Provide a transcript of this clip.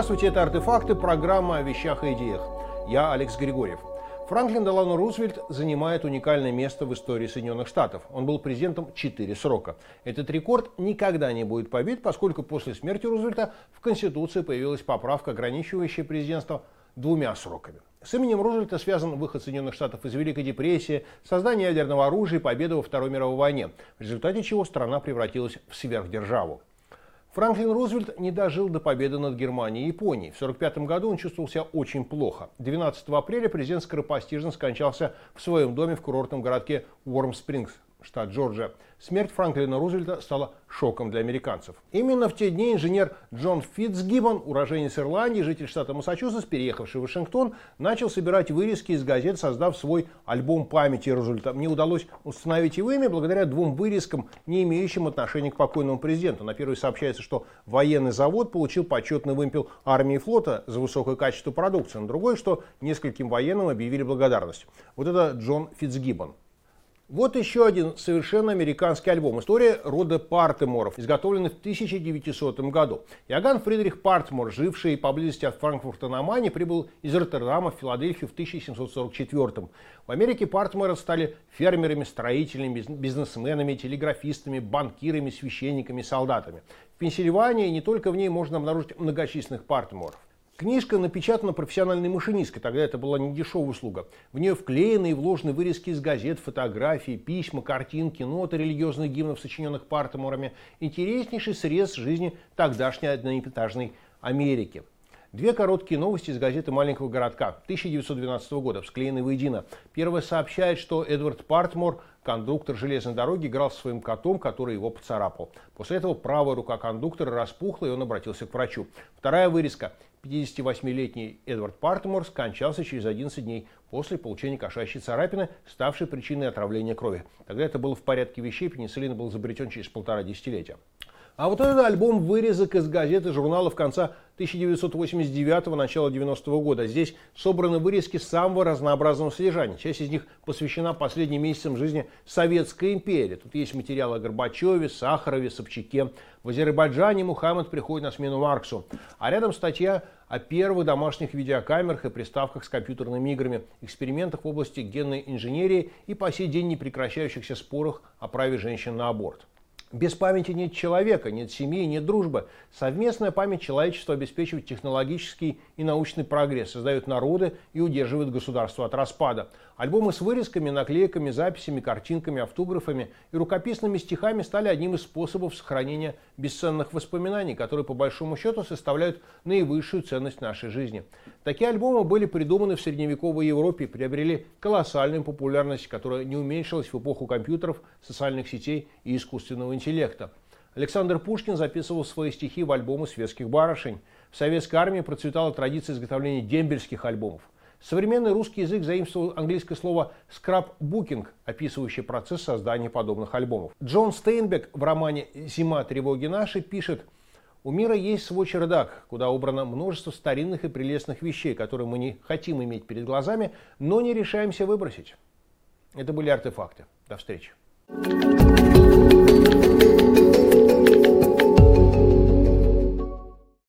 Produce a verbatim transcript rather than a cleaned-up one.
Здравствуйте, это «Артефакты», программа о вещах и идеях. Я Алекс Григорьев. Франклин Делано Рузвельт занимает уникальное место в истории Соединенных Штатов. Он был президентом четыре срока. Этот рекорд никогда не будет побит, поскольку после смерти Рузвельта в Конституции появилась поправка, ограничивающая президентство двумя сроками. С именем Рузвельта связан выход Соединенных Штатов из Великой депрессии, создание ядерного оружия и победа во Второй мировой войне, в результате чего страна превратилась в сверхдержаву. Франклин Рузвельт не дожил до победы над Германией и Японией. В сорок пятом году он чувствовал себя очень плохо. двенадцатого апреля президент скоропостижно скончался в своем доме в курортном городке Уорм-Спрингс, штат Джорджия. Смерть Франклина Рузвельта стала шоком для американцев. Именно в те дни инженер Джон Фитцгиббон, уроженец Ирландии, житель штата Массачусетс, переехавший в Вашингтон, начал собирать вырезки из газет, создав свой альбом памяти Рузвельта. Мне удалось установить его имя благодаря двум вырезкам, не имеющим отношения к покойному президенту. На первой сообщается, что военный завод получил почетный вымпел армии и флота за высокое качество продукции. На другой, что нескольким военным объявили благодарность. Вот это Джон Фитцгиббон. Вот еще один совершенно американский альбом. История рода Партеморов, изготовленный в тысяча девятисотом году. Иоганн Фридрих Партемор, живший поблизости от Франкфурта на Майне, прибыл из Роттердама в Филадельфию в тысяча семьсот сорок четвёртом. В Америке Партеморы стали фермерами, строителями, бизнесменами, телеграфистами, банкирами, священниками, солдатами. В Пенсильвании, не только в ней, можно обнаружить многочисленных Партеморов. Книжка напечатана профессиональной машинисткой, тогда это была недешевая услуга. В нее вклеены и вложены вырезки из газет, фотографии, письма, картинки, ноты религиозных гимнов, сочиненных Партеморами. Интереснейший срез жизни тогдашней одноэтажной Америки. Две короткие новости из газеты маленького городка тысяча девятьсот двенадцатого года, склеены воедино. Первая сообщает, что Эдвард Партемор, кондуктор железной дороги, играл со своим котом, который его поцарапал. После этого правая рука кондуктора распухла, и он обратился к врачу. Вторая вырезка. пятидесятивосьмилетний Эдвард Партемор скончался через одиннадцать дней после получения кошачьей царапины, ставшей причиной отравления крови. Тогда это было в порядке вещей, пенициллин был изобретен через полтора десятилетия. А вот этот альбом вырезок из газет и журналов конца тысяча девятьсот восемьдесят девятого, начала девяностого года. Здесь собраны вырезки самого разнообразного содержания. Часть из них посвящена последним месяцам жизни Советской империи. Тут есть материалы о Горбачеве, Сахарове, Собчаке. В Азербайджане Мухаммед приходит на смену Марксу. А рядом статья о первых домашних видеокамерах и приставках с компьютерными играми, экспериментах в области генной инженерии и по сей день не прекращающихся спорах о праве женщин на аборт. Без памяти нет человека, нет семьи, нет дружбы. Совместная память человечества обеспечивает технологический и научный прогресс, создает народы и удерживает государство от распада. Альбомы с вырезками, наклейками, записями, картинками, автографами и рукописными стихами стали одним из способов сохранения бесценных воспоминаний, которые по большому счету составляют наивысшую ценность нашей жизни. Такие альбомы были придуманы в средневековой Европе и приобрели колоссальную популярность, которая не уменьшилась в эпоху компьютеров, социальных сетей и искусственного интеллекта. Александр Пушкин записывал свои стихи в альбомы светских барышень. В советской армии процветала традиция изготовления дембельских альбомов. Современный русский язык заимствовал английское слово «скрапбукинг», описывающее процесс создания подобных альбомов. Джон Стейнбек в романе «Зима тревоги нашей» пишет: «У мира есть свой чердак, куда убрано множество старинных и прелестных вещей, которые мы не хотим иметь перед глазами, но не решаемся выбросить». Это были «Артефакты». До встречи.